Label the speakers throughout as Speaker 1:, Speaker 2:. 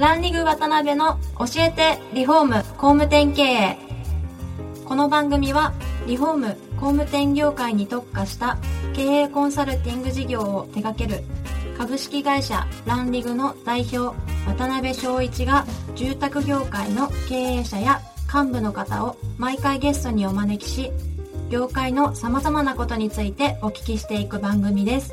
Speaker 1: ランリグ渡辺の教えてリフォーム工務店経営。この番組はリフォーム工務店業界に特化した経営コンサルティング事業を手掛ける株式会社ランリグの代表渡辺翔一が、住宅業界の経営者や幹部の方を毎回ゲストにお招きし、業界の様々なことについてお聞きしていく番組です。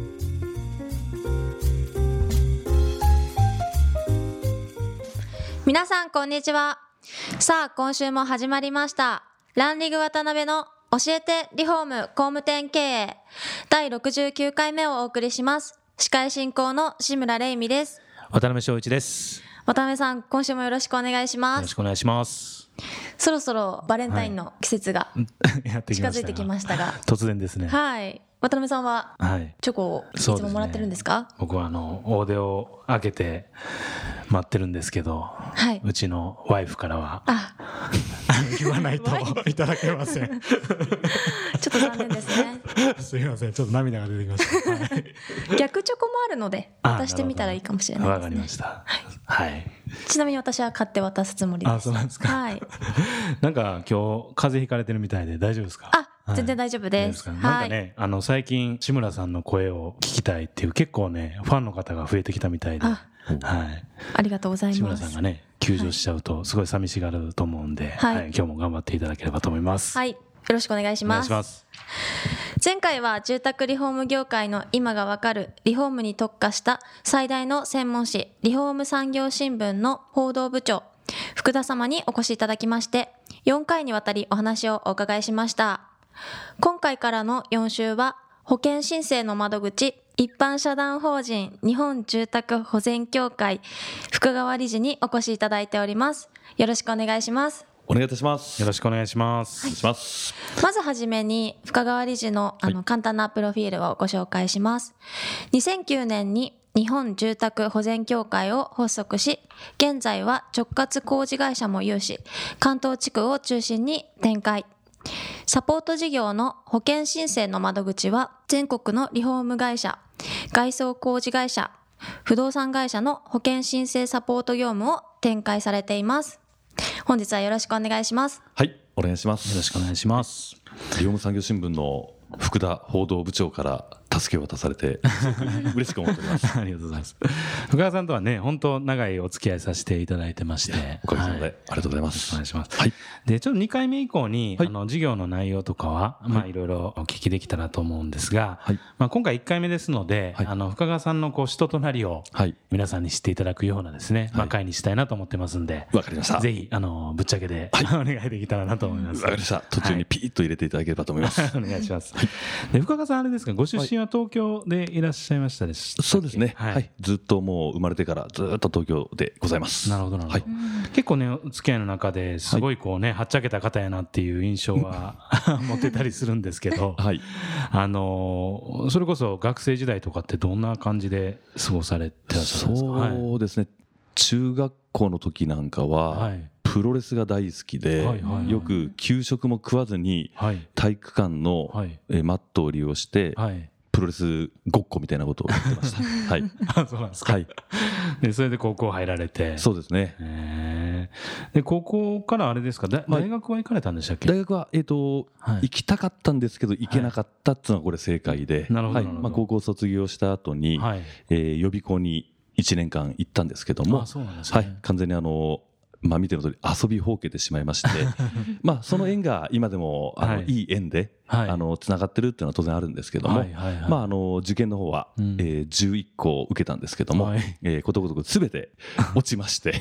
Speaker 1: 皆さんこんにちは。さあ今週も始まりましたランリグ渡辺の教えてリフォーム工務店経営第69回目をお送りします。司会進行の志村玲美です。
Speaker 2: 渡辺翔一です。
Speaker 1: 渡辺さん、今週もよろしくお願いします。
Speaker 2: よろしくお願いします。
Speaker 1: そろそろバレンタインの季節が近づいてきましたが、
Speaker 2: 突然ですね。
Speaker 1: はい。渡辺さんはチョコをいつももらってるんですか？
Speaker 2: 僕は大手を開けて待ってるんですけど、
Speaker 1: はい、
Speaker 2: うちのワイフからは言わないといただけません。
Speaker 1: ちょっと残念ですね。
Speaker 2: すいません、ちょっと涙が出てきました。はい、
Speaker 1: 逆チョコもあるので渡してみたらいいかもしれないですね。
Speaker 2: わかりました。はい。
Speaker 1: ちなみに私は買って渡すつもりです。
Speaker 2: あ、そうなんですか。
Speaker 1: はい。
Speaker 2: なんか今日風邪ひかれてるみたいで大丈夫ですか？
Speaker 1: 全然大丈夫です。
Speaker 2: なんかね、最近志村さんの声を聞きたいっていう結構ねファンの方が増えてきたみたいで、はい。
Speaker 1: ありがとうございます。
Speaker 2: 志村さんがね休場しちゃうとすごい寂しがると思うんで、はい、今日も頑張っていただければと思います。
Speaker 1: はい。よろしくお願いします。お願いします。前回は住宅リフォーム業界の今がわかるリフォームに特化した最大の専門誌リフォーム産業新聞の報道部長福田様にお越しいただきまして、4回にわたりお話をお伺いしました。今回からの4週は保険申請の窓口一般社団法人日本住宅保全協会深川理事にお越しいただいております。よろしくお願いします。
Speaker 3: お願いいたします。
Speaker 2: よろしくお願いします。
Speaker 3: お願いします。
Speaker 1: まずはじめに深川理事の簡単なプロフィールをご紹介します。2009年に日本住宅保全協会を発足し、現在は直轄工事会社も有し、関東地区を中心に展開。サポート事業の保険申請の窓口は全国のリフォーム会社、外装工事会社、不動産会社の保険申請サポート業務を展開されています。本日はよろしくお願いします。
Speaker 3: はい、お願いします。
Speaker 2: よろしくお願いします。
Speaker 3: リフォーム産業新聞の福田報道部長から助けを渡されて嬉しく思っております。
Speaker 2: ありがとうございます。福田さんとはね本当長いお付き合いさせていただいてまして、
Speaker 3: おかげさまで、ありがとうございます。
Speaker 2: お願いします。
Speaker 3: はい。
Speaker 2: でちょっと2回目以降に、事業の内容とかは、いろいろお聞きできたらと思うんですが、今回1回目ですので、深川さんの人となりを皆さんに知っていただくようなですね、回にしたいなと思ってますんで、
Speaker 3: わかりました。
Speaker 2: ぜひぶっちゃけで、お願いできたらなと思います。
Speaker 3: わかりました。途中にピーッと入れていただければと思います。
Speaker 2: お願いします。で深川さんあれですか、ご出身は東京でいらっしゃいましたでしたっけ？
Speaker 3: そうですね。はい。ずっともう生まれてからずっと東京でございます。
Speaker 2: なるほどなるほど。結構ねお付き合いの中ですごいこうねはっちゃけた方やなっていう印象は持ってたりするんですけど、それこそ学生時代とかってどんな感じで過ごされてらっしゃるんですか？
Speaker 3: そうですね。中学校の時なんかはプロレスが大好きで、よく給食も食わずに体育館のマットを利用してプロレスごっこみたいなことをやってました。はい。
Speaker 2: あ、そうなんですか。はい。でそれで高校入られて。
Speaker 3: そうですね。
Speaker 2: で高校からあれですか、大学は行かれたんでしたっけ？
Speaker 3: 大学は行きたかったんですけど行けなかったっていうのがこれ正解で、
Speaker 2: なるほど。
Speaker 3: 高校卒業した後に予備校に1年間行ったんですけども、完全に見ての通り遊びほうけてしまいましてその縁が今でもいい縁でつながってるっていうのは当然あるんですけども、受験の方は11校受けたんですけども、ことごとく全て落ちまして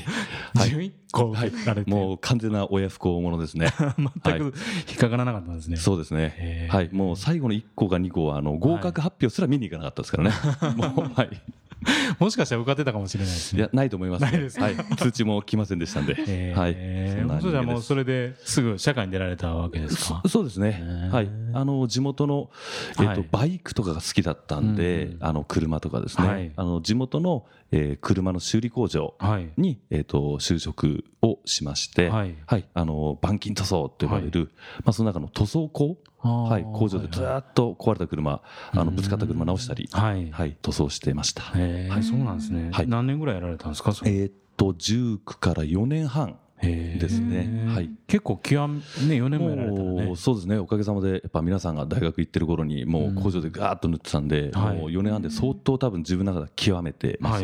Speaker 2: 11校受けられて、
Speaker 3: もう完全な親不孝者ですね。
Speaker 2: 全く引っかからなかったんですね。
Speaker 3: そうですね。はい。もう最後の1校か2校は合格発表すら見に行かなかったですからね。もうはい。
Speaker 2: もしかしたら受かってたかもしれないですね。
Speaker 3: いや、ないと思います。
Speaker 2: ないです。
Speaker 3: はい。通知も来ませんでしたんで。はい。
Speaker 2: そうじゃもうそれですぐ社会に出られたわけですか？
Speaker 3: そうですね。はい。 地元の、バイクとかが好きだったんで、車とかですね、地元の、車の修理工場に、就職をしまして、板金塗装と呼ばれる、その中の塗装工、工場でずっと壊れた車、ぶつかった車直したり、塗装してました。
Speaker 2: そうなんですね。何年ぐらいやられたんですか？
Speaker 3: 19から4年半ですね。
Speaker 2: 結構4年もやられたらね。
Speaker 3: そうですね。おかげさまでやっぱ皆さんが大学行ってる頃にもう工場でガーッと塗ってたんで、もう4年半で相当多分自分の中で極めてますね。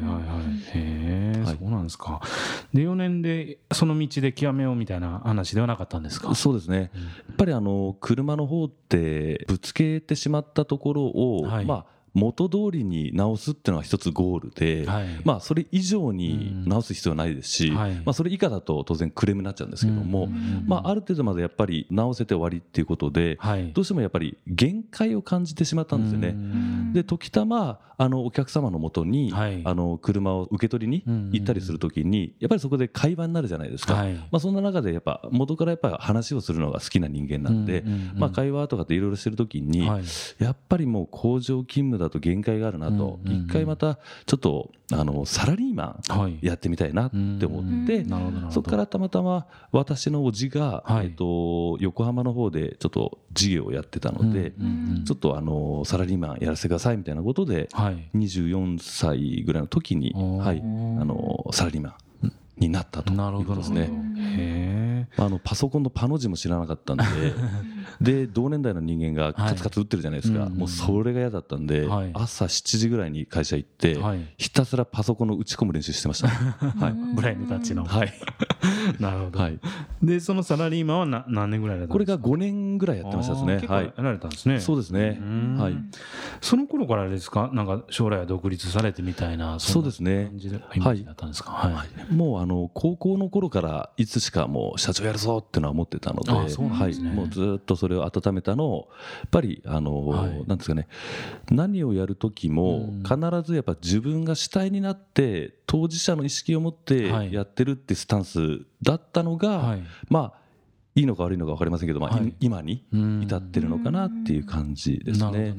Speaker 2: そうなんですか。で4年でその道で極めようみたいな話ではなかったんですか？
Speaker 3: そうですね。やっぱり車の方ってぶつけてしまったところを元通りに直すっていうのが一つゴールで、それ以上に直す必要はないですし、それ以下だと当然クレームになっちゃうんですけども、ある程度までやっぱり直せて終わりっていうことで、どうしてもやっぱり限界を感じてしまったんですよね。で時たまお客様のもとに、車を受け取りに行ったりするときにやっぱりそこで会話になるじゃないですか。そんな中でやっぱ元からやっぱり話をするのが好きな人間なんで、会話とかっていろいろしてるときに、やっぱりもう工場勤務だと限界があるなと、一回またちょっとサラリーマンやってみたいなって思って、そこからたまたま私のおじが、横浜の方でちょっと事業をやってたので、ちょっとサラリーマンやらせてくださいみたいなことで、24歳ぐらいの時に、サラリーマンになったということですね。パソコンのパの字も知らなかったんでで同年代の人間がカツカツ打ってるじゃないですか、もうそれが嫌だったんで、朝7時ぐらいに会社行って、ひたすらパソコンの打ち込む練習してました、
Speaker 2: ブラインドタッチの。なるほど。でそのサラリーマンは何年ぐらいやられたんですか？
Speaker 3: これが5年ぐらいやってましたですね。
Speaker 2: 結構やられたんですね。
Speaker 3: そうですね。
Speaker 2: その頃からあれですか、なんか将来は独立されてみたいな、
Speaker 3: そうですね。
Speaker 2: イメージだったんですか？
Speaker 3: もう高校の頃からいつしかもう社長やるぞっていうのは思ってたので、もうずっとそれを温めたのをやっぱりなんですかね、何をやる時も必ずやっぱ自分が主体になって当事者の意識を持ってやってるってスタンスだったのが、いいのか悪いのか分かりませんけど、今に至ってるのかなっていう感じですね。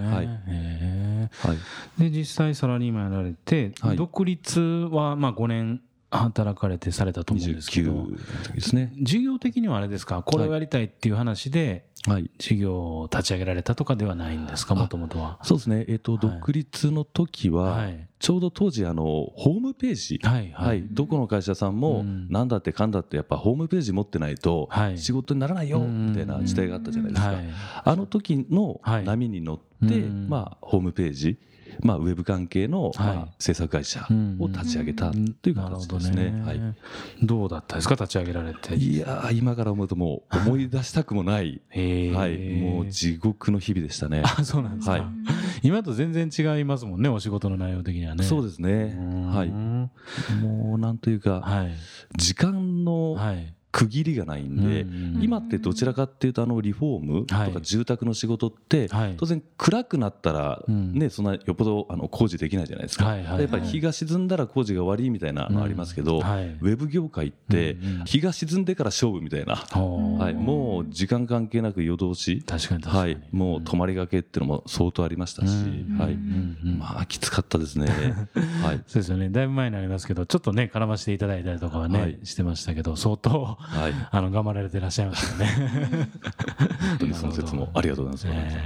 Speaker 2: で実際サラリーマンやられて、独立は5年働かれてされたと思うんですけど、事業的にはあれですか、これをやりたいっていう話で事業を立ち上げられたとかではないんですか？もともとは。
Speaker 3: そうですね。独立の時はちょうど当時ホームページ、どこの会社さんもなんだってかんだってやっぱホームページ持ってないと仕事にならないよみたいな時代があったじゃないですか。あの時の波に乗ってホームページ、ウェブ関係の制作会社を立ち上げたという形ですね。
Speaker 2: どうだったですか、立ち上げられて？
Speaker 3: いや今から思うともう思い出したくもないもう地獄の日々でしたね。
Speaker 2: そうなんですか。今と全然違いますもんね、お仕事の内容的にはね。
Speaker 3: そうですね。もうなんというか時間の区切りがないんで、今ってどちらかっていうとリフォームとか住宅の仕事って当然暗くなったらね、そんなよっぽど工事できないじゃないですか。やっぱり日が沈んだら工事が終わりみたいなのありますけど、ウェブ業界って日が沈んでから勝負みたいな、もう時間関係なく夜通し、もう泊まりがけっていうのも相当ありましたし、きつかったですね。
Speaker 2: そうですよね。だいぶ前になりますけど、ちょっとね絡ませていただいたりとかはねしてましたけど、相当頑張られてらっしゃいましたね。
Speaker 3: 本当にその説もありがとうございます。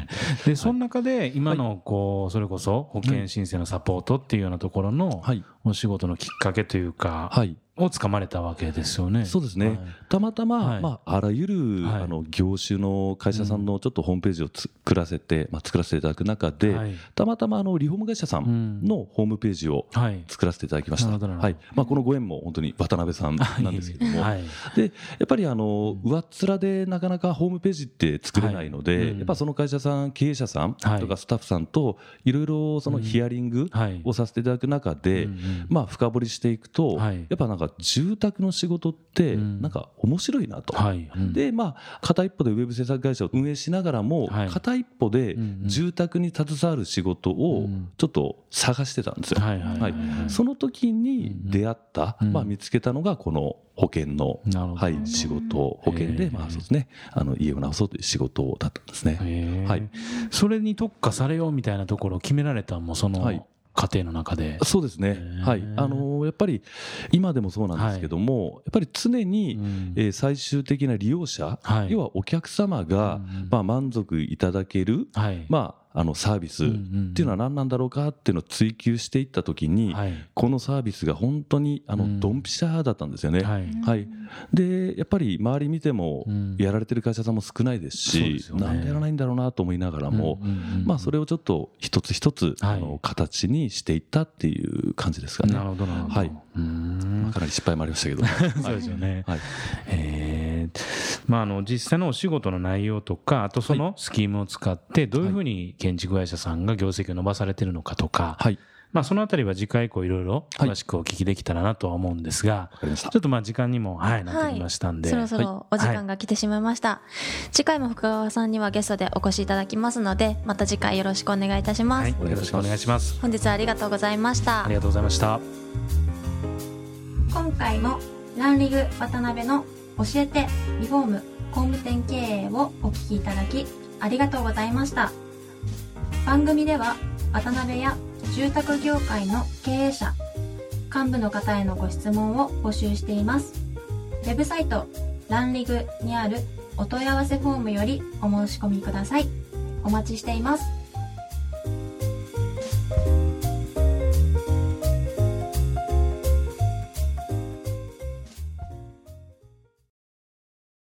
Speaker 2: でその中で今のそれこそ保険申請のサポートっていうようなところのお仕事のきっかけというかをつかまれたわけですよね。
Speaker 3: そうですね。たまたまあらゆる業種の会社さんのちょっとホームページを作らせていただく中で、たまたまリフォーム会社さんのホームページを作らせていただきました。このご縁も本当に渡辺さんなんですけども、でやっぱり上っ面でなかなかホームページって作れないので、やっぱその会社さん経営者さんとかスタッフさんといろいろそのヒアリングをさせていただく中で、 まあ深掘りしていくと、やっぱなんか住宅の仕事ってなんか面白いなと、でまあ片一方でウェブ制作会社を運営しながらも、片一方で住宅に携わる仕事をちょっと探してたんですよ。その時に出会った、まあ見つけたのがこの保険の、仕事、保険で、まあそうですね、家を直そうという仕事だったんですね。
Speaker 2: それに特化されようみたいなところを決められたのもその家庭の中で。
Speaker 3: そうですね。やっぱり今でもそうなんですけども、やっぱり常に最終的な利用者、要はお客様がまあ満足いただける、まあサービスっていうのは何なんだろうかっていうのを追求していった時に、このサービスが本当にドンピシャだったんですよね。でやっぱり周り見てもやられてる会社さんも少ないですし、なんでやらないんだろうなと思いながらも、まあそれをちょっと一つ一つ形にしていったっていう感じですかね。
Speaker 2: なるほどなるほど。
Speaker 3: かなり失敗もありましたけど。
Speaker 2: そうですよね。まあ実際のお仕事の内容とか、あとそのスキームを使ってどういうふうに建築会社さんが業績を伸ばされているのかとか、まあそのあたりは次回以降いろいろ詳しくお聞きできたらなとは思うんですが、ちょっとまあ時間にもなってきましたんで、
Speaker 1: そろそろお時間が来てしまいました。次回も深川さんにはゲストでお越しいただきますので、また次回よろしくお願いいたします。
Speaker 2: よろしくお願いします。
Speaker 1: 本日はありがとうございました。
Speaker 2: ありがとうございました。
Speaker 1: 今回もランリグ渡辺の教えてリフォーム工務店経営をお聞きいただきありがとうございました。番組では渡辺や住宅業界の経営者、幹部の方へのご質問を募集しています。ウェブサイトランリグにあるお問い合わせフォームよりお申し込みください。お待ちしています。